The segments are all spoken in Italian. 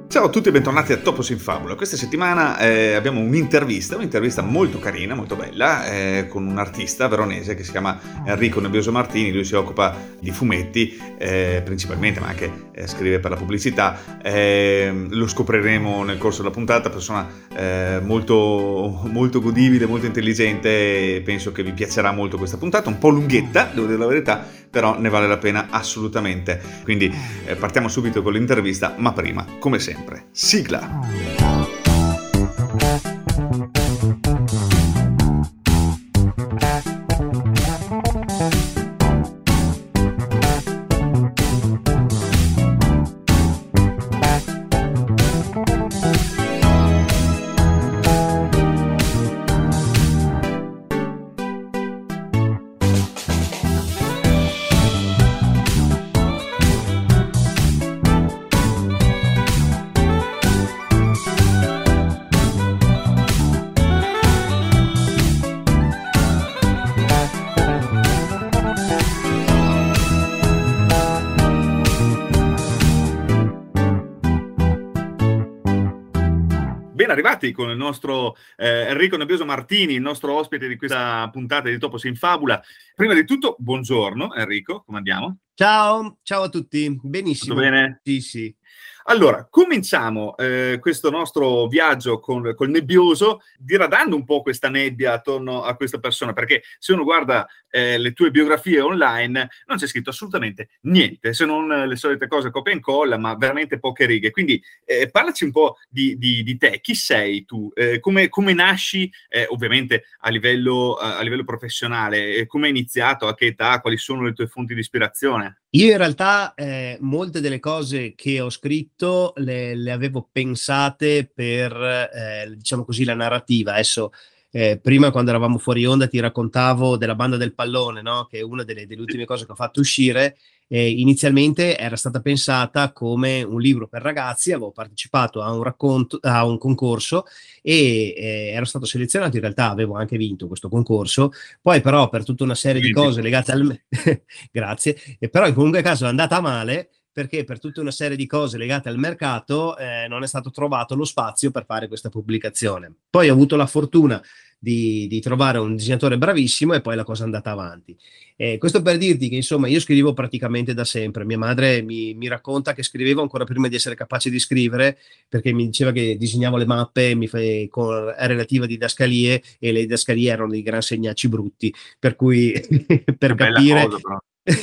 Ciao a tutti e bentornati a Topos in Fabula. Questa settimana abbiamo un'intervista molto carina, molto bella, con un artista veronese che si chiama Enrico Nebbioso Martini. Lui si occupa di fumetti principalmente, ma anche scrive per la pubblicità. Lo scopriremo nel corso della puntata, persona molto, molto godibile, molto intelligente. Penso che vi piacerà molto questa puntata, un po' lunghetta, devo dire la verità, però ne vale la pena assolutamente. Quindi partiamo subito con l'intervista, ma prima, come sempre, sigla! Ben arrivati con il nostro Enrico Nebbioso Martini, il nostro ospite di questa puntata di Topos in Fabula. Prima di tutto, buongiorno Enrico, come andiamo? Ciao a tutti, benissimo. Tutto bene? Sì. Allora, cominciamo questo nostro viaggio col Nebbioso, diradando un po' questa nebbia attorno a questa persona, perché se uno guarda le tue biografie online non c'è scritto assolutamente niente, se non le solite cose copia e incolla, ma veramente poche righe. Quindi parlaci un po' di te, chi sei tu, come nasci, ovviamente a livello professionale, come hai iniziato, a che età, quali sono le tue fonti di ispirazione? Io in realtà molte delle cose che ho scritto le avevo pensate per, diciamo così, la narrativa. Adesso, prima quando eravamo fuori onda ti raccontavo della Banda del Pallone, no? Che è una delle ultime cose che ho fatto uscire. Inizialmente era stata pensata come un libro per ragazzi, avevo partecipato a un concorso e ero stato selezionato, in realtà avevo anche vinto questo concorso, poi però per tutta una serie di cose legate al... Grazie, e però in qualunque caso è andata male perché per tutta una serie di cose legate al mercato non è stato trovato lo spazio per fare questa pubblicazione. Poi ho avuto la fortuna di trovare un disegnatore bravissimo e poi la cosa è andata avanti. Questo per dirti che insomma io scrivevo praticamente da sempre. Mia madre mi racconta che scrivevo ancora prima di essere capace di scrivere, perché mi diceva che disegnavo le mappe con relativa didascalie e le didascalie erano dei gran segnacci brutti, per cui per capire... Cosa,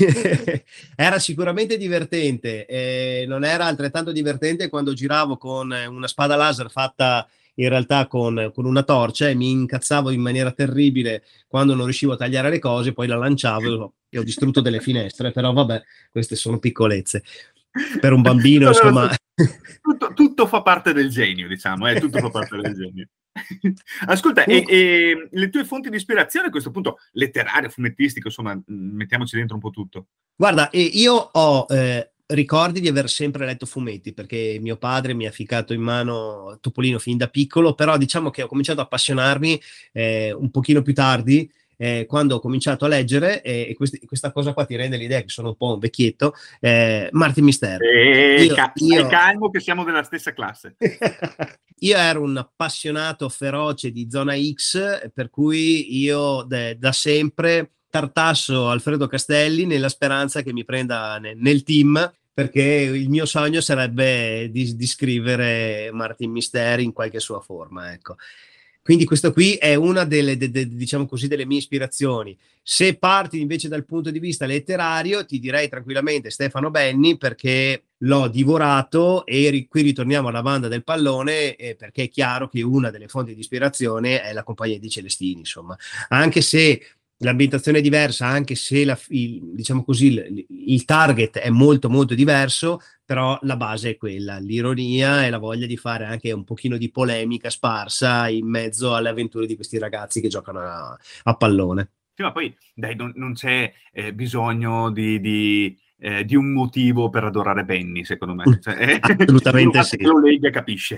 Era sicuramente divertente, non era altrettanto divertente quando giravo con una spada laser fatta in realtà con una torcia e mi incazzavo in maniera terribile quando non riuscivo a tagliare le cose, poi la lanciavo e ho distrutto delle finestre, però vabbè, queste sono piccolezze. Per un bambino, insomma... Tutto fa parte del genio, diciamo, tutto fa parte del genio. Ascolta, e le tue fonti di ispirazione a questo punto, letterarie, fumettistiche, insomma, mettiamoci dentro un po' tutto. Guarda, io ho ricordi di aver sempre letto fumetti, perché mio padre mi ha ficcato in mano Topolino fin da piccolo, però diciamo che ho cominciato a appassionarmi un pochino più tardi, quando ho cominciato a leggere, e questa cosa qua ti rende l'idea che sono un po' un vecchietto, Martin Mister. Stai calmo che siamo della stessa classe. Io ero un appassionato feroce di Zona X, per cui io da sempre tartasso Alfredo Castelli nella speranza che mi prenda nel team, perché il mio sogno sarebbe di scrivere Martin Misteri in qualche sua forma, ecco. Quindi questo qui è una diciamo così, delle mie ispirazioni. Se parti invece dal punto di vista letterario, ti direi tranquillamente Stefano Benni, perché l'ho divorato, e qui ritorniamo alla Banda del Pallone, perché è chiaro che una delle fonti di ispirazione è la Compagnia di Celestini, insomma. Anche se l'ambientazione è diversa, anche se diciamo così, il target è molto molto diverso, però la base è quella, l'ironia e la voglia di fare anche un pochino di polemica sparsa in mezzo alle avventure di questi ragazzi che giocano a pallone. Sì, ma poi dai, non c'è bisogno di un motivo per adorare Benny, secondo me. Cioè, assolutamente sì. Lo legge, capisce.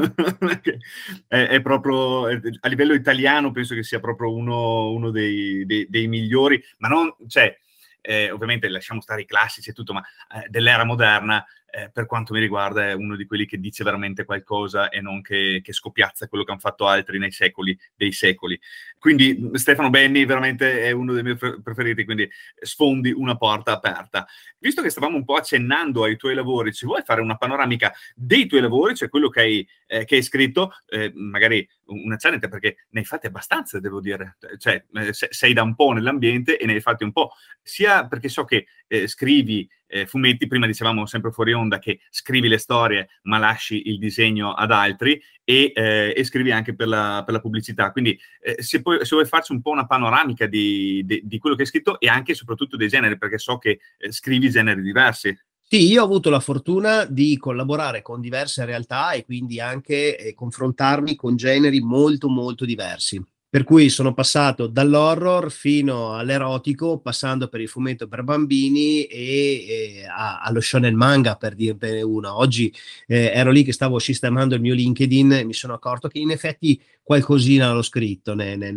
È proprio, a livello italiano penso che sia proprio uno dei migliori, ma non, cioè, ovviamente lasciamo stare i classici e tutto, ma dell'era moderna, per quanto mi riguarda è uno di quelli che dice veramente qualcosa e non che scopiazza quello che hanno fatto altri nei secoli dei secoli. Quindi Stefano Benni veramente è uno dei miei preferiti, quindi sfondi una porta aperta. Visto che stavamo un po' accennando ai tuoi lavori, ci vuoi fare una panoramica dei tuoi lavori, cioè quello che hai scritto, magari una challenge, perché ne hai fatti abbastanza, devo dire, cioè sei da un po' nell'ambiente e ne hai fatti un po', sia perché so che scrivi fumetti, prima dicevamo sempre fuori onda che scrivi le storie ma lasci il disegno ad altri, e scrivi anche per la pubblicità, quindi se vuoi farci un po' una panoramica di quello che hai scritto e anche e soprattutto dei generi, perché so che scrivi generi diversi. Sì, io ho avuto la fortuna di collaborare con diverse realtà e quindi anche confrontarmi con generi molto molto diversi. Per cui sono passato dall'horror fino all'erotico, passando per il fumetto per bambini allo shonen manga, per dirne una. Oggi ero lì che stavo sistemando il mio LinkedIn e mi sono accorto che in effetti qualcosina l'ho scritto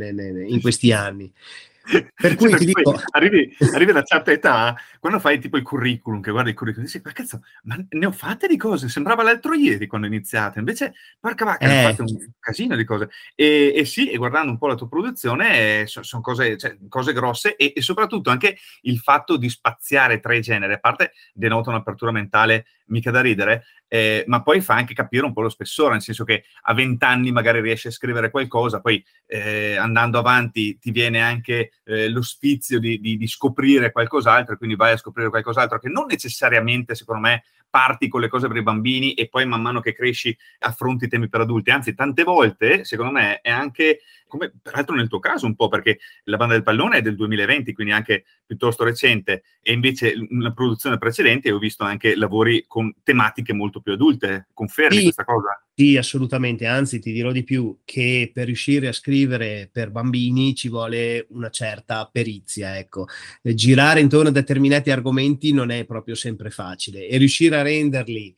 in questi anni. Per Sì, cui ti perché poi dico... arrivi a una certa età, quando fai tipo il curriculum, che guardi il curriculum, dici, ma cazzo, ma ne ho fatte di cose, sembrava l'altro ieri quando ho iniziato, invece, porca vacca, ne ho fatte un casino di cose. E sì, e guardando un po' la tua produzione, sono cose, cioè, cose grosse, e soprattutto anche il fatto di spaziare tra i generi, a parte denota un'apertura mentale mica da ridere, ma poi fa anche capire un po' lo spessore, nel senso che a 20 anni magari riesci a scrivere qualcosa, poi andando avanti ti viene anche lo sfizio di scoprire qualcos'altro, quindi vai a scoprire qualcos'altro che non necessariamente, secondo me, parti con le cose per i bambini e poi man mano che cresci affronti temi per adulti, anzi tante volte, secondo me, è anche, come peraltro nel tuo caso un po', perché La banda del pallone è del 2020, quindi anche piuttosto recente, e invece una produzione precedente ho visto anche lavori con tematiche molto più adulte. Confermi Sì, questa cosa? sì, assolutamente, anzi ti dirò di più, che per riuscire a scrivere per bambini ci vuole una certa perizia, ecco. Girare intorno a determinati argomenti non è proprio sempre facile e riuscire a renderli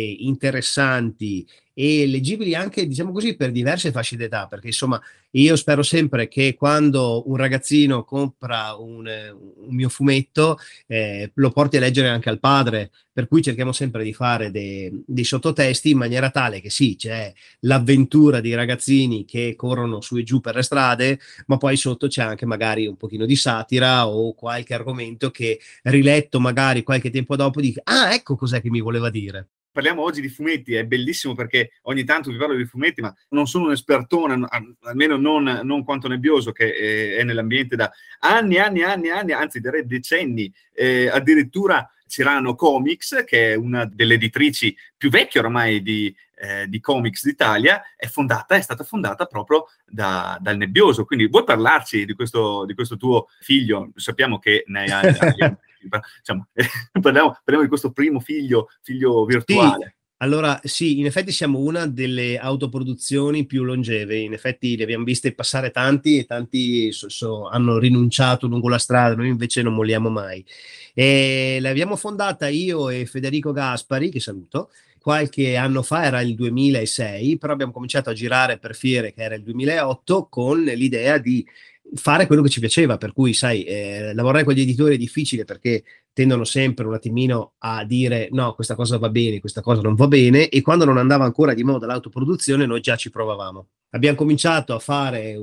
interessanti e leggibili anche, diciamo così, per diverse fasce d'età, perché insomma io spero sempre che quando un ragazzino compra un mio fumetto lo porti a leggere anche al padre, per cui cerchiamo sempre di fare dei sottotesti in maniera tale che sì, c'è l'avventura di ragazzini che corrono su e giù per le strade, ma poi sotto c'è anche magari un pochino di satira o qualche argomento che riletto magari qualche tempo dopo dici, ah, ecco cos'è che mi voleva dire. Parliamo oggi di fumetti, è bellissimo perché ogni tanto vi parlo di fumetti, ma non sono un espertone, almeno non quanto Nebbioso, che è nell'ambiente da anni, anzi direi decenni. Addirittura Cirano Comics, che è una delle editrici più vecchie oramai di comics d'Italia, è stata fondata proprio dal Nebbioso. Quindi vuoi parlarci di questo tuo figlio? Sappiamo che ne hai diciamo, parliamo di questo primo figlio virtuale. Sì, allora sì, in effetti siamo una delle autoproduzioni più longeve, in effetti le abbiamo viste passare tanti e tanti hanno rinunciato lungo la strada, noi invece non molliamo mai. E l'abbiamo fondata io e Federico Gaspari, che saluto, qualche anno fa, era il 2006, però abbiamo cominciato a girare per fiere che era il 2008 con l'idea di fare quello che ci piaceva, per cui sai, lavorare con gli editori è difficile perché tendono sempre un attimino a dire no, questa cosa va bene, questa cosa non va bene, e quando non andava ancora di moda l'autoproduzione noi già ci provavamo. Abbiamo cominciato a fare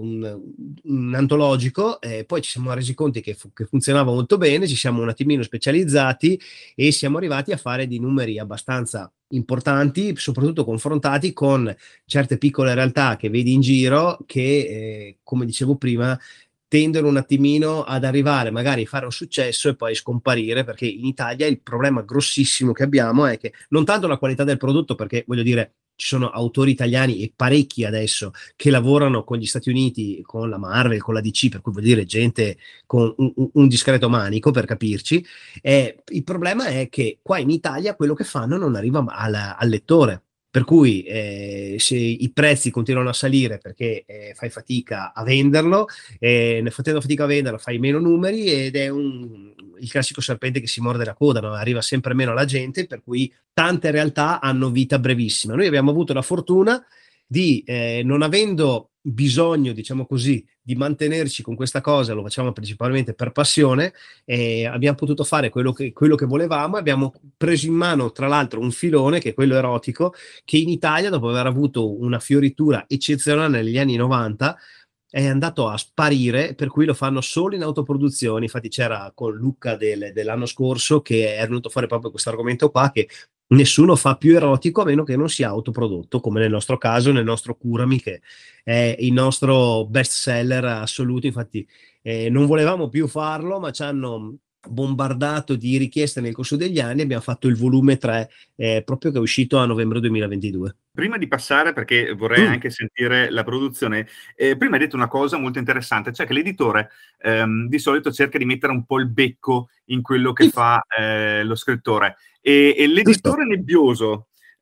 un antologico, poi ci siamo resi conto che funzionava molto bene, ci siamo un attimino specializzati e siamo arrivati a fare dei numeri abbastanza importanti, soprattutto confrontati con certe piccole realtà che vedi in giro che, come dicevo prima, tendono un attimino ad arrivare, magari fare un successo e poi scomparire, perché in Italia il problema grossissimo che abbiamo è che non tanto la qualità del prodotto, perché voglio dire, ci sono autori italiani e parecchi adesso che lavorano con gli Stati Uniti, con la Marvel, con la DC, per cui voglio dire gente con un discreto manico, per capirci. Il problema è che qua in Italia quello che fanno non arriva al lettore. Per cui se i prezzi continuano a salire perché fai fatica a venderlo, facendo fatica a venderlo fai meno numeri ed è il classico serpente che si morde la coda, no? Arriva sempre meno alla gente, per cui tante realtà hanno vita brevissima. Noi abbiamo avuto la fortuna di, non avendo bisogno, diciamo così, di mantenerci con questa cosa, lo facciamo principalmente per passione, e abbiamo potuto fare quello che volevamo. Abbiamo preso in mano, tra l'altro, un filone, che è quello erotico, che in Italia, dopo aver avuto una fioritura eccezionale negli anni 90, è andato a sparire, per cui lo fanno solo in autoproduzione. Infatti c'era con Luca dell'anno scorso che è venuto fuori proprio questo argomento qua, che nessuno fa più erotico a meno che non sia autoprodotto, come nel nostro caso, nel nostro Curami, che è il nostro best seller assoluto. Infatti non volevamo più farlo, ma ci hanno bombardato di richieste nel corso degli anni. Abbiamo fatto il volume 3, proprio che è uscito a novembre 2022. Prima di passare, perché vorrei anche sentire la produzione, prima hai detto una cosa molto interessante, cioè che l'editore di solito cerca di mettere un po' il becco in quello che fa lo scrittore, e l'editore nebbioso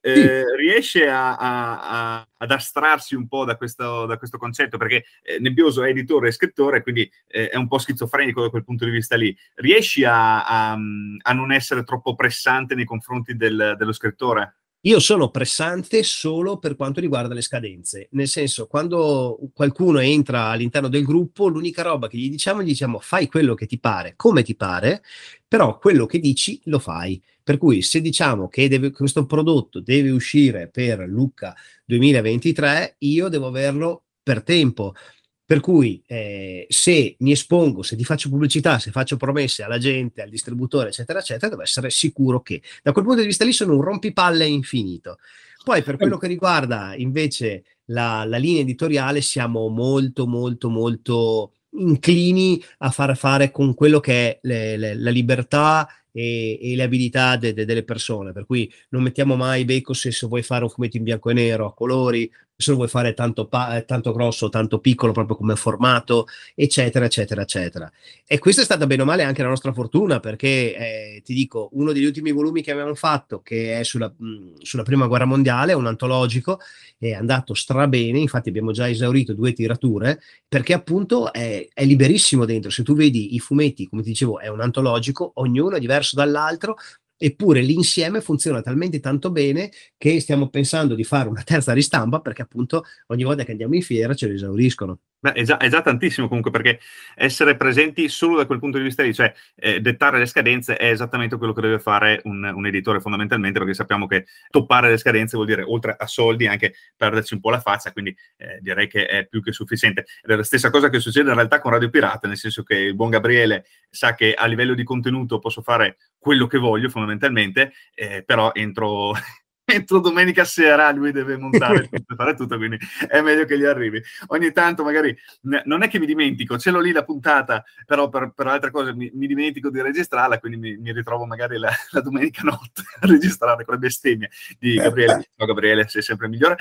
riesce ad astrarsi un po' da questo concetto, perché nebbioso è editore e scrittore, quindi è un po' schizofrenico da quel punto di vista lì. Riesci a non essere troppo pressante nei confronti dello scrittore? Io sono pressante solo per quanto riguarda le scadenze, nel senso, quando qualcuno entra all'interno del gruppo, l'unica roba che gli diciamo fai quello che ti pare, come ti pare, però quello che dici lo fai. Per cui se diciamo che questo prodotto deve uscire per Lucca 2023, io devo averlo per tempo. Per cui se mi espongo, se ti faccio pubblicità, se faccio promesse alla gente, al distributore, eccetera, eccetera, devo essere sicuro che da quel punto di vista lì sono un rompipalle infinito. Poi per quello che riguarda invece la linea editoriale, siamo molto, molto, molto inclini a far fare con quello che è la libertà e le abilità delle persone. Per cui non mettiamo mai becco se vuoi fare un fumetto in bianco e nero a colori, se lo vuoi fare tanto grosso, tanto piccolo, proprio come formato, eccetera, eccetera, eccetera. E questa è stata bene o male anche la nostra fortuna, perché ti dico, uno degli ultimi volumi che abbiamo fatto, che è sulla prima guerra mondiale, un antologico, è andato strabene. Infatti abbiamo già esaurito 2 tirature, perché appunto è liberissimo dentro. Se tu vedi i fumetti, come ti dicevo, è un antologico, ognuno è diverso dall'altro, eppure l'insieme funziona talmente tanto bene che stiamo pensando di fare una terza ristampa, perché appunto ogni volta che andiamo in fiera ce lo esauriscono. Beh, è già tantissimo comunque, perché essere presenti solo da quel punto di vista lì, cioè dettare le scadenze, è esattamente quello che deve fare un editore fondamentalmente, perché sappiamo che toppare le scadenze vuol dire, oltre a soldi, anche perderci un po' la faccia, quindi direi che è più che sufficiente. Ed è la stessa cosa che succede in realtà con Radio Pirata, nel senso che il buon Gabriele sa che a livello di contenuto posso fare quello che voglio fondamentalmente, però entro domenica sera lui deve montare tutto, fare tutto, quindi è meglio che gli arrivi. Ogni tanto magari non è che mi dimentico, ce l'ho lì la puntata, però per altre cose mi dimentico di registrarla, quindi mi ritrovo magari la domenica notte a registrare con le bestemmie di Gabriele. No, Gabriele, sei sempre migliore.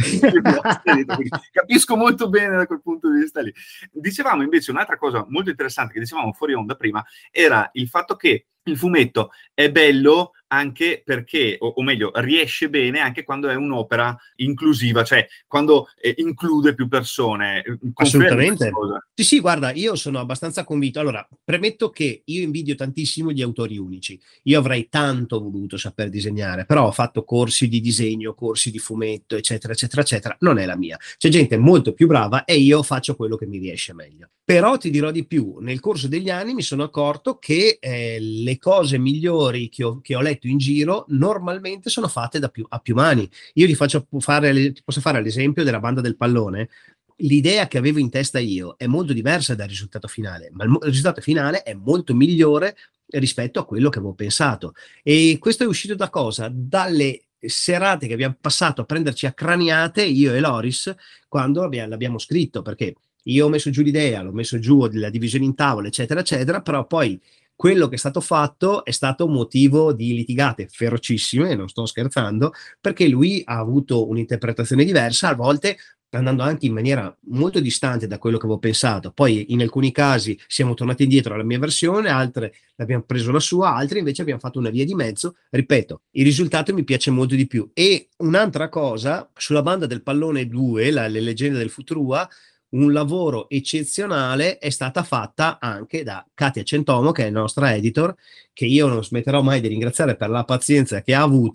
Capisco molto bene da quel punto di vista lì. Dicevamo invece un'altra cosa molto interessante che dicevamo fuori onda prima, era il fatto che il fumetto è bello anche perché, o meglio, riesce bene anche quando è un'opera inclusiva, cioè quando include più persone. Assolutamente. Sì, guarda, io sono abbastanza convinto. Allora, premetto che io invidio tantissimo gli autori unici. Io avrei tanto voluto saper disegnare, però ho fatto corsi di disegno, corsi di fumetto, eccetera, eccetera, eccetera. Non è la mia. C'è gente molto più brava e io faccio quello che mi riesce meglio. Però ti dirò di più, nel corso degli anni mi sono accorto che le cose migliori che ho letto in giro normalmente sono fatte a più mani. Io ti posso fare l'esempio della Banda del Pallone. L'idea che avevo in testa io è molto diversa dal risultato finale, ma il risultato finale è molto migliore rispetto a quello che avevo pensato. E questo è uscito da cosa? Dalle serate che abbiamo passato a prenderci a craniate, io e Loris, quando l'abbiamo scritto, perché io ho messo giù l'idea, l'ho messo giù la divisione in tavola, eccetera, eccetera, però poi quello che è stato fatto è stato motivo di litigate ferocissime, non sto scherzando, perché lui ha avuto un'interpretazione diversa, a volte andando anche in maniera molto distante da quello che avevo pensato. Poi in alcuni casi siamo tornati indietro alla mia versione, altre l'abbiamo preso la sua, altre invece abbiamo fatto una via di mezzo. Ripeto, il risultato mi piace molto di più. E un'altra cosa, sulla Banda del Pallone 2, le leggende del Futurua, un lavoro eccezionale è stata fatta anche da Katia Centomo, che è la nostra editor, che io non smetterò mai di ringraziare per la pazienza che ha avuto,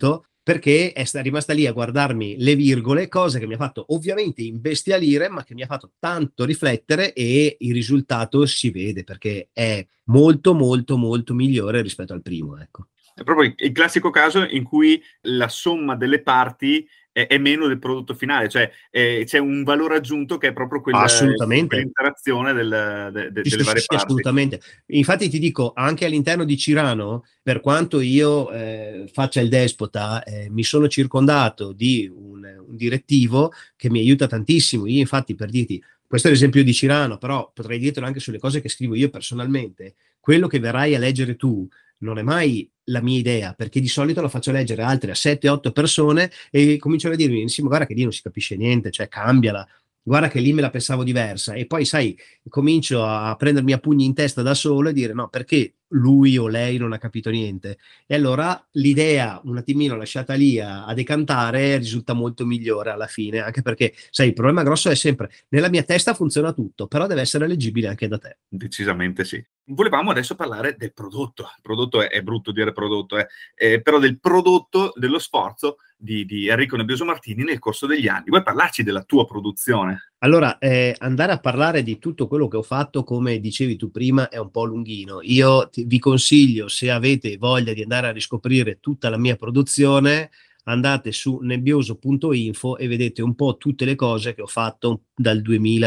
perché rimasta lì a guardarmi le virgole, cosa che mi ha fatto ovviamente imbestialire, ma che mi ha fatto tanto riflettere, e il risultato si vede perché è molto molto molto migliore rispetto al primo, ecco. È proprio il classico caso in cui la somma delle parti è meno del prodotto finale, cioè c'è un valore aggiunto che è proprio quell'interazione delle varie parti. Assolutamente. Infatti ti dico, anche all'interno di Cirano, per quanto io faccia il despota, mi sono circondato di un direttivo che mi aiuta tantissimo. Io infatti, per dirti, questo è l'esempio di Cirano, però potrei dirtelo anche sulle cose che scrivo io personalmente. Quello che verrai a leggere tu non è mai la mia idea, perché di solito lo faccio leggere altre a 7-8 persone e cominciano a dirmi: sì, ma guarda che lì non si capisce niente, cioè cambiala, guarda che lì me la pensavo diversa. E poi sai, comincio a prendermi a pugni in testa da solo e dire: no, perché lui o lei non ha capito niente? E allora l'idea un attimino lasciata lì a decantare risulta molto migliore alla fine, anche perché sai, il problema grosso è sempre nella mia testa funziona tutto, però deve essere leggibile anche da te. Decisamente sì. Volevamo adesso parlare del prodotto. Il prodotto è brutto dire prodotto, però del prodotto, dello sforzo di Enrico Nebbioso Martini nel corso degli anni. Vuoi parlarci della tua produzione? Allora, andare a parlare di tutto quello che ho fatto, come dicevi tu prima, è un po' lunghino. Io vi consiglio, se avete voglia di andare a riscoprire tutta la mia produzione, andate su nebbioso.info e vedete un po' tutte le cose che ho fatto dal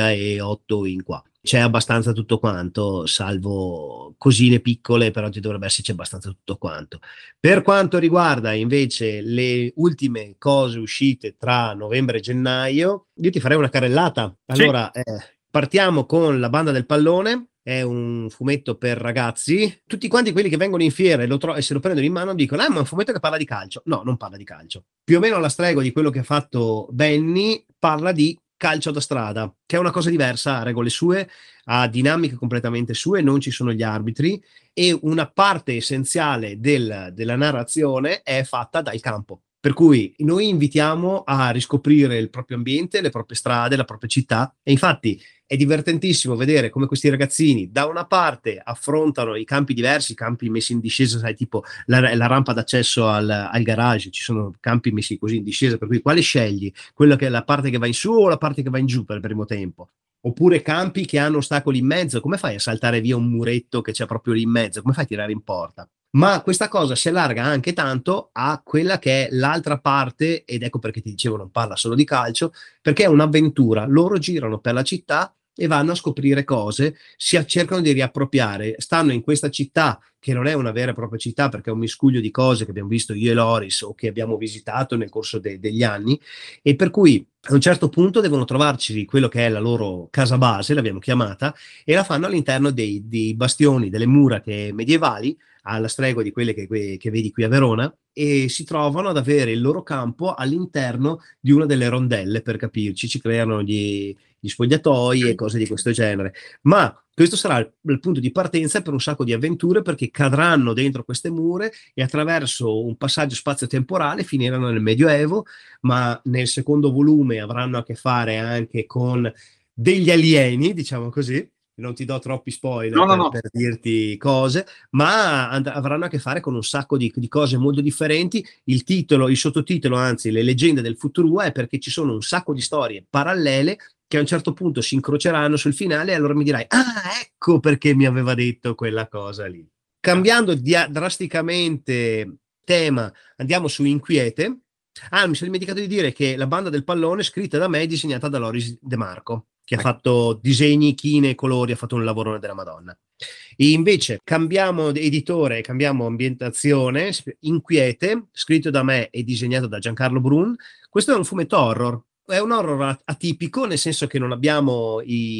2008 in qua. C'è abbastanza tutto quanto, salvo cosine piccole, però ci dovrebbe esserci abbastanza tutto quanto. Per quanto riguarda invece le ultime cose uscite tra novembre e gennaio, io ti farei una carrellata. Allora, sì. Partiamo con La Banda del Pallone. È un fumetto per ragazzi. Tutti quanti quelli che vengono in fiera e se lo prendono in mano dicono: ma è un fumetto che parla di calcio. No, non parla di calcio. Più o meno alla stregua di quello che ha fatto Benny, parla di calcio da strada, che è una cosa diversa, ha regole sue, ha dinamiche completamente sue, non ci sono gli arbitri, e una parte essenziale della narrazione è fatta dal campo. Per cui noi invitiamo a riscoprire il proprio ambiente, le proprie strade, la propria città, e infatti è divertentissimo vedere come questi ragazzini da una parte affrontano i campi diversi, campi messi in discesa, sai, tipo la rampa d'accesso al garage, ci sono campi messi così in discesa, per cui quale scegli? Quella che è la parte che va in su o la parte che va in giù per il primo tempo? Oppure campi che hanno ostacoli in mezzo, come fai a saltare via un muretto che c'è proprio lì in mezzo? Come fai a tirare in porta? Ma questa cosa si allarga anche tanto a quella che è l'altra parte, ed ecco perché ti dicevo non parla solo di calcio, perché è un'avventura. Loro girano per la città e vanno a scoprire cose, cercano di riappropriare, stanno in questa città che non è una vera e propria città perché è un miscuglio di cose che abbiamo visto io e Loris o che abbiamo visitato nel corso degli anni, e per cui a un certo punto devono trovarci quello che è la loro casa base, l'abbiamo chiamata, e la fanno all'interno dei bastioni, delle mura medievali, alla stregua di quelle che vedi qui a Verona, e si trovano ad avere il loro campo all'interno di una delle rondelle, per capirci, ci creano gli spogliatoi e cose di questo genere. Ma questo sarà il punto di partenza per un sacco di avventure, perché cadranno dentro queste mura e attraverso un passaggio spazio-temporale finiranno nel Medioevo, ma nel secondo volume avranno a che fare anche con degli alieni, diciamo così. Non ti do troppi spoiler per dirti cose, ma avranno a che fare con un sacco di cose molto differenti. Il sottotitolo, anzi, Le leggende del Futurua, è perché ci sono un sacco di storie parallele che a un certo punto si incroceranno sul finale, e allora mi dirai: ah, ecco perché mi aveva detto quella cosa lì. Cambiando drasticamente tema, andiamo su Inquiete. Mi sono dimenticato di dire che La Banda del Pallone è scritta da me e disegnata da Loris De Marco, che ha fatto disegni, chine e colori, ha fatto un lavorone della Madonna. E invece cambiamo editore, cambiamo ambientazione. Inquiete, scritto da me e disegnato da Giancarlo Brun. Questo è un fumetto horror. È un horror atipico, nel senso che non abbiamo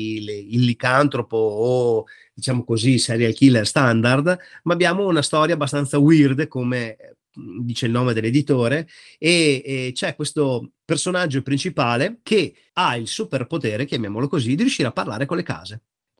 il licantropo o, diciamo così, serial killer standard, ma abbiamo una storia abbastanza weird, come dice il nome dell'editore, e c'è questo personaggio principale che ha il superpotere, chiamiamolo così, di riuscire a parlare con le case.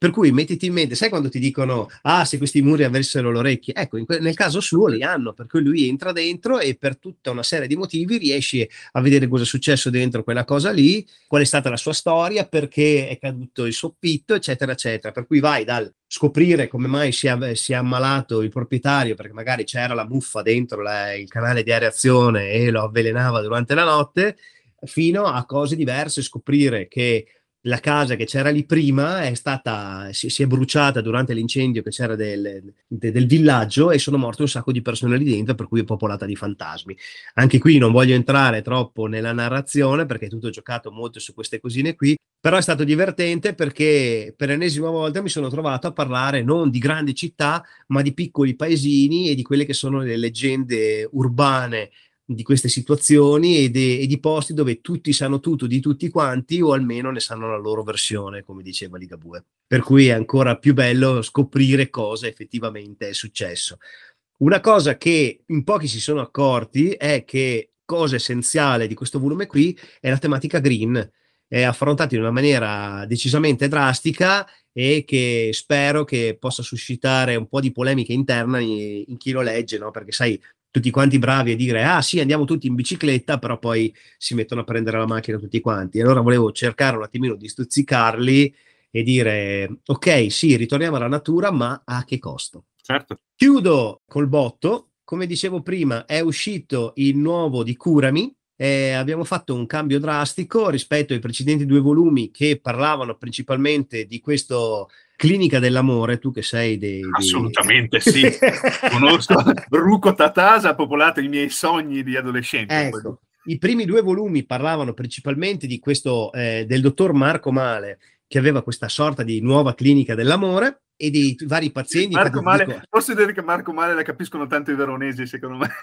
Per cui mettiti in mente, sai quando ti dicono se questi muri avessero le orecchie, ecco, nel caso suo li hanno, per cui lui entra dentro e per tutta una serie di motivi riesci a vedere cosa è successo dentro quella cosa lì, qual è stata la sua storia, perché è caduto il soffitto, eccetera eccetera. Per cui vai dal scoprire come mai si è ammalato il proprietario, perché magari c'era la muffa dentro il canale di areazione e lo avvelenava durante la notte, fino a cose diverse, scoprire che la casa che c'era lì prima si è bruciata durante l'incendio che c'era del villaggio, e sono morte un sacco di persone lì dentro, per cui è popolata di fantasmi. Anche qui non voglio entrare troppo nella narrazione perché è tutto giocato molto su queste cosine qui, però è stato divertente perché per l'ennesima volta mi sono trovato a parlare non di grandi città ma di piccoli paesini e di quelle che sono le leggende urbane di queste situazioni e di posti dove tutti sanno tutto di tutti quanti, o almeno ne sanno la loro versione, come diceva Ligabue. Per cui è ancora più bello scoprire cosa effettivamente è successo. Una cosa che in pochi si sono accorti è che cosa essenziale di questo volume qui è la tematica green, è affrontata in una maniera decisamente drastica e che spero che possa suscitare un po' di polemica interna in chi lo legge, no? Perché sai, tutti quanti bravi a dire sì, andiamo tutti in bicicletta, però poi si mettono a prendere la macchina tutti quanti. E allora volevo cercare un attimino di stuzzicarli e dire ok, sì, ritorniamo alla natura, ma a che costo? Certo. Chiudo col botto. Come dicevo prima, è uscito il nuovo di Curami. Abbiamo fatto un cambio drastico rispetto ai precedenti 2 volumi che parlavano principalmente di questo clinica dell'amore. Tu che sei assolutamente sì, conosco Ruko Tatasa, ha popolato i miei sogni di adolescente. Ecco, i primi 2 volumi parlavano principalmente di questo del dottor Marco Male, che aveva questa sorta di nuova clinica dell'amore e dei vari pazienti. Marco Male, posso dire che Marco Male la capiscono tanto i veronesi, secondo me.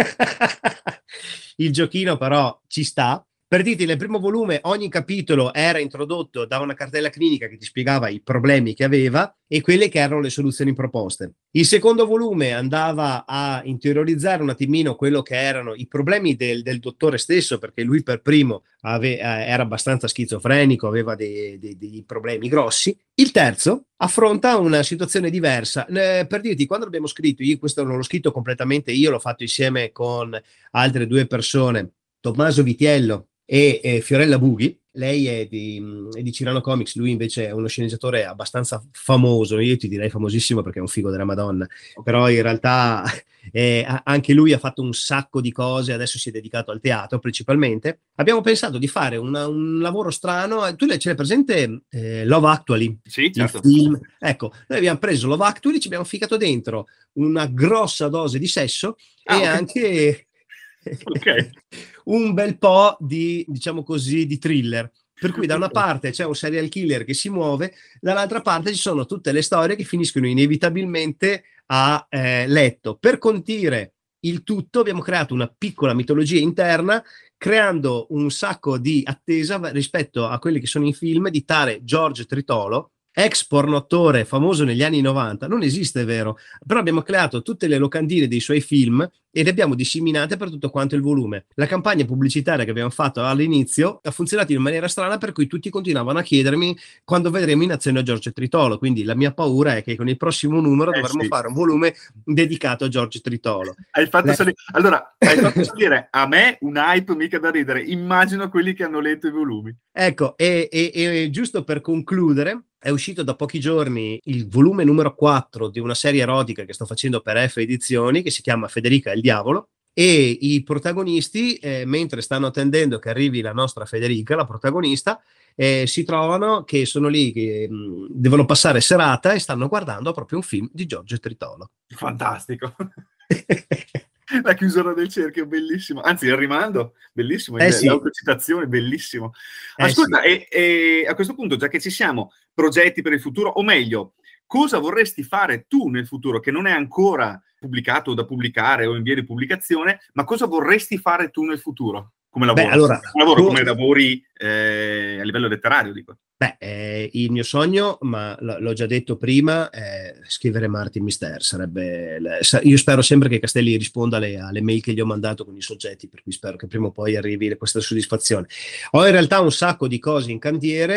Il giochino però ci sta. Per dirti, nel primo volume ogni capitolo era introdotto da una cartella clinica che ti spiegava i problemi che aveva e quelle che erano le soluzioni proposte. Il secondo volume andava a interiorizzare un attimino quello che erano i problemi del dottore stesso, perché lui per primo era abbastanza schizofrenico, aveva dei problemi grossi. Il terzo affronta una situazione diversa. Per dirti, quando l'abbiamo scritto, io questo non l'ho scritto completamente io, l'ho fatto insieme con altre 2 persone, Tommaso Vitiello e Fiorella Bughi. Lei è di Cirano Comics, lui invece è uno sceneggiatore abbastanza famoso, io ti direi famosissimo perché è un figo della Madonna, però in realtà anche lui ha fatto un sacco di cose, adesso si è dedicato al teatro principalmente. Abbiamo pensato di fare un lavoro strano. Tu ce l'hai presente Love Actually? Sì, certo. Il film? Ecco, noi abbiamo preso Love Actually, ci abbiamo ficato dentro una grossa dose di sesso e anche un bel po' di, diciamo così, di thriller. Per cui da una parte c'è un serial killer che si muove, dall'altra parte ci sono tutte le storie che finiscono inevitabilmente a letto. Per condire il tutto abbiamo creato una piccola mitologia interna, creando un sacco di attesa rispetto a quelli che sono i film di tale George Tritolo, ex porno attore famoso negli anni 90. Non esiste, è vero, però abbiamo creato tutte le locandine dei suoi film e le abbiamo disseminate per tutto quanto il volume. La campagna pubblicitaria che abbiamo fatto all'inizio ha funzionato in maniera strana, per cui tutti continuavano a chiedermi quando vedremo in azione George Tritolo. Quindi la mia paura è che con il prossimo numero dovremmo fare un volume dedicato a George Tritolo. Hai fatto salire a me un hype mica da ridere. Immagino quelli che hanno letto i volumi. Ecco, e giusto per concludere, è uscito da pochi giorni il volume numero 4 di una serie erotica che sto facendo per F Edizioni, che si chiama Federica e il diavolo, e i protagonisti, mentre stanno attendendo che arrivi la nostra Federica, la protagonista, si trovano che sono lì, che devono passare serata e stanno guardando proprio un film di George Tritolo. Fantastico. La chiusura del cerchio, bellissimo. Anzi, il rimando, bellissimo. L'autocitazione, bellissimo. Ascolta, e a questo punto, già che ci siamo, progetti per il futuro, o meglio, cosa vorresti fare tu nel futuro che non è ancora pubblicato o da pubblicare o in via di pubblicazione, ma cosa vorresti fare tu nel futuro? Come lavoro? Come lavori a livello letterario, dico. Il mio sogno, ma l'ho già detto prima, è scrivere Martin Mister. Io spero sempre che Castelli risponda alle mail che gli ho mandato con i soggetti, per cui spero che prima o poi arrivi questa soddisfazione. Ho in realtà un sacco di cose in cantiere,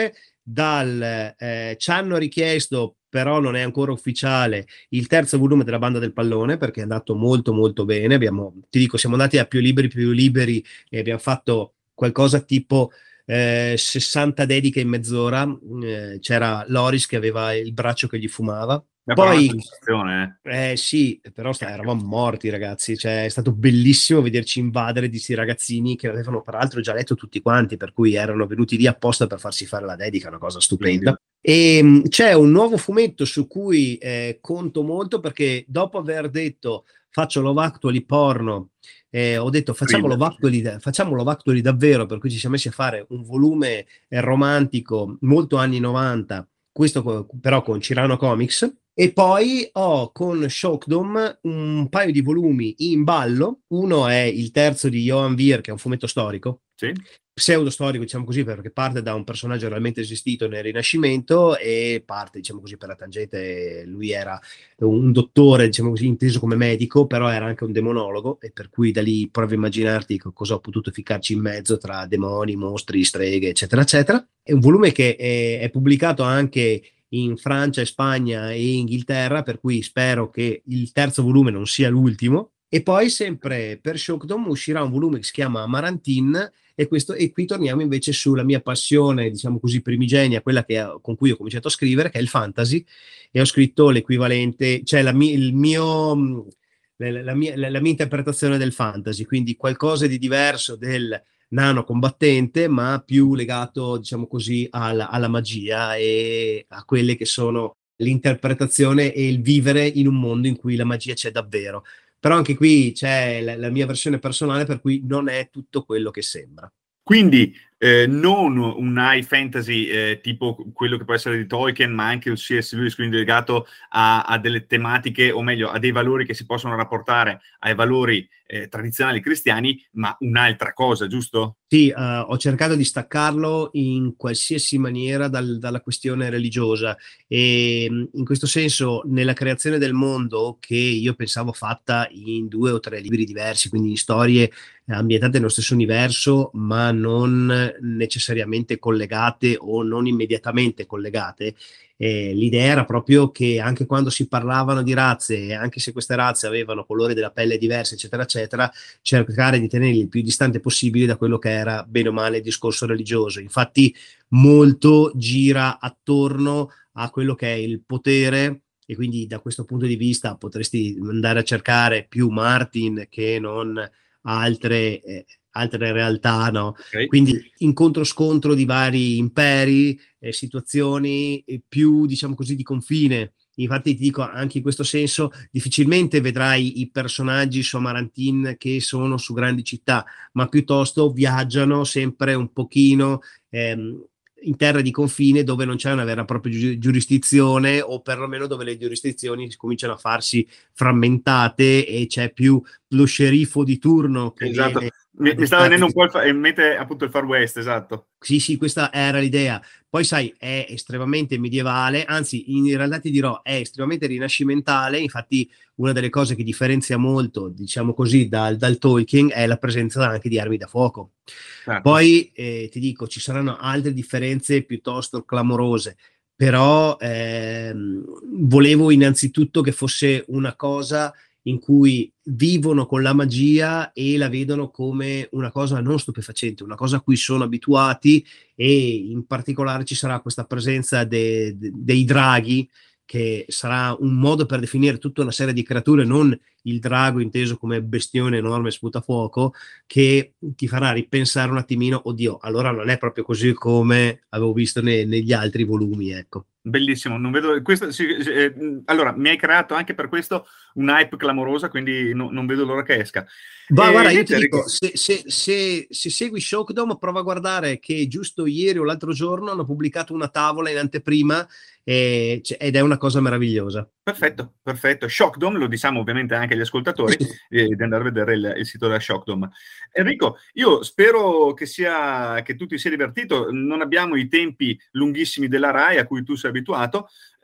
ci hanno richiesto, però non è ancora ufficiale, il terzo volume della Banda del Pallone, perché è andato molto molto bene. Ti dico, siamo andati a più liberi e abbiamo fatto qualcosa tipo 60 dediche in mezz'ora. C'era Loris che aveva il braccio che gli fumava. Poi sì, però eravamo morti, ragazzi. Cioè, è stato bellissimo vederci invadere di questi ragazzini che avevano peraltro già letto tutti quanti, per cui erano venuti lì apposta per farsi fare la dedica, una cosa stupenda. E c'è un nuovo fumetto su cui conto molto, perché dopo aver detto faccio Love Actually porno, ho detto facciamo Love Actually davvero, per cui ci siamo messi a fare un volume romantico molto anni 90, questo però con Cyrano Comics. E poi ho con Shockdom un paio di volumi in ballo. Uno è il terzo di Johan Vier, che è un fumetto storico, pseudo storico, diciamo così, perché parte da un personaggio realmente esistito nel Rinascimento e parte, diciamo così, per la tangente. Lui era un dottore, diciamo così, inteso come medico, però era anche un demonologo, e per cui da lì provi a immaginarti cosa ho potuto ficcarci in mezzo tra demoni, mostri, streghe, eccetera, eccetera. È un volume che è pubblicato anche in Francia, Spagna e Inghilterra, per cui spero che il terzo volume non sia l'ultimo. E poi sempre per Shockdom uscirà un volume che si chiama Amarantin, e qui torniamo invece sulla mia passione, diciamo così, primigenia, quella con cui ho cominciato a scrivere, che è il fantasy, e ho scritto l'equivalente, cioè la mia interpretazione del fantasy, quindi qualcosa di diverso del nano combattente, ma più legato, diciamo così, alla magia e a quelle che sono l'interpretazione e il vivere in un mondo in cui la magia c'è davvero. Però anche qui c'è la mia versione personale, per cui non è tutto quello che sembra. Quindi non un high fantasy tipo quello che può essere di Tolkien, ma anche il C.S. Lewis, quindi legato a delle tematiche, o meglio, a dei valori che si possono rapportare ai valori tradizionali cristiani, ma un'altra cosa, giusto? Sì, ho cercato di staccarlo in qualsiasi maniera dalla questione religiosa, e in questo senso nella creazione del mondo, che io pensavo fatta in 2 o 3 libri diversi, quindi in storie ambientate nello stesso universo ma non necessariamente collegate o non immediatamente collegate. L'idea era proprio che anche quando si parlavano di razze, e anche se queste razze avevano colori della pelle diversi, eccetera eccetera, cercare di tenerli il più distante possibile da quello che era bene o male il discorso religioso. Infatti molto gira attorno a quello che è il potere, e quindi da questo punto di vista potresti andare a cercare più Martin che non altre realtà, no? Okay. Quindi incontro-scontro di vari imperi, situazioni più, diciamo così, di confine. Infatti ti dico, anche in questo senso difficilmente vedrai i personaggi su Amarantin che sono su grandi città, ma piuttosto viaggiano sempre un pochino in terra di confine, dove non c'è una vera e propria giurisdizione, o perlomeno dove le giurisdizioni cominciano a farsi frammentate e c'è più lo sceriffo di turno che esatto. viene... Mi stava venendo un po' in mente appunto il Far West, esatto. Sì, questa era l'idea. Poi sai, è estremamente medievale, anzi in realtà ti dirò è estremamente rinascimentale. Infatti una delle cose che differenzia molto, diciamo così, dal Tolkien è la presenza anche di armi da fuoco. Certo. Poi ti dico, ci saranno altre differenze piuttosto clamorose, però volevo innanzitutto che fosse una cosa in cui vivono con la magia e la vedono come una cosa non stupefacente, una cosa a cui sono abituati, e in particolare ci sarà questa presenza dei draghi, che sarà un modo per definire tutta una serie di creature, non il drago inteso come bestione enorme sputafuoco, che ti farà ripensare un attimino, oddio, allora non è proprio così come avevo visto negli altri volumi, ecco. Bellissimo, non vedo questo. Allora, mi hai creato anche per questo un hype clamorosa, quindi non vedo l'ora che esca. Guarda, io ti dico, se segui Shockdom, prova a guardare che giusto ieri o l'altro giorno hanno pubblicato una tavola in anteprima, ed è una cosa meravigliosa. Perfetto. Shockdom, lo diciamo ovviamente anche agli ascoltatori, di andare a vedere il sito della Shockdom. Enrico, io spero che tu ti sia divertito. Non abbiamo i tempi lunghissimi della Rai a cui tu sei abituato,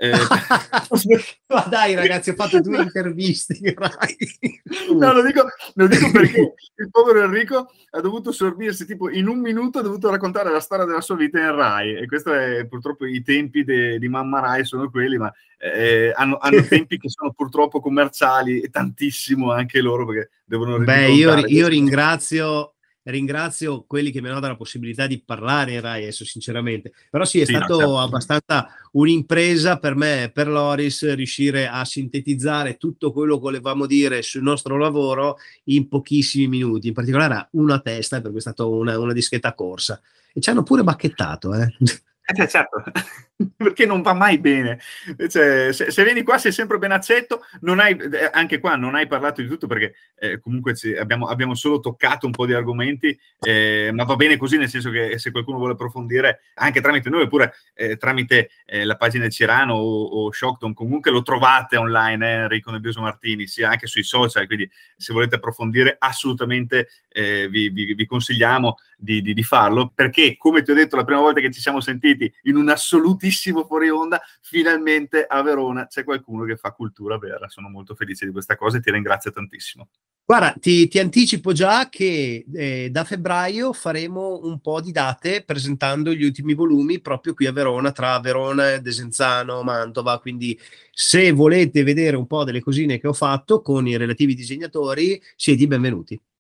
Ma dai ragazzi, ho fatto 2 interviste. No, lo dico perché il povero Enrico ha dovuto sorbirsi, tipo in un minuto ha dovuto raccontare la storia della sua vita in Rai, e questo è purtroppo i tempi di Mamma Rai sono quelli, ma hanno tempi che sono purtroppo commerciali, e tantissimo anche loro, perché devono rendicontare. Io ringrazio quelli che mi hanno dato la possibilità di parlare in Rai, adesso sinceramente, però sì, è stato certo, abbastanza un'impresa per me, per Loris, riuscire a sintetizzare tutto quello che volevamo dire sul nostro lavoro in pochissimi minuti, in particolare a una testa, per cui è stata una dischetta corsa, e ci hanno pure bacchettato, certo, perché non va mai bene. Cioè, se vieni qua sei sempre ben accetto, anche qua non hai parlato di tutto, perché comunque abbiamo solo toccato un po' di argomenti, ma va bene così, nel senso che se qualcuno vuole approfondire anche tramite noi, oppure tramite la pagina di Cirano o Shockton, comunque lo trovate online, Enrico Nebbioso Martini, sia anche sui social, quindi se volete approfondire assolutamente vi consigliamo di farlo, perché come ti ho detto la prima volta che ci siamo sentiti in un assolutissimo fuori onda, finalmente a Verona c'è qualcuno che fa cultura vera. Sono molto felice di questa cosa e ti ringrazio tantissimo. Guarda, ti anticipo già che da febbraio faremo un po' di date presentando gli ultimi volumi proprio qui a Verona, tra Verona, Desenzano, Mantova, quindi se volete vedere un po' delle cosine che ho fatto con i relativi disegnatori siete i benvenuti.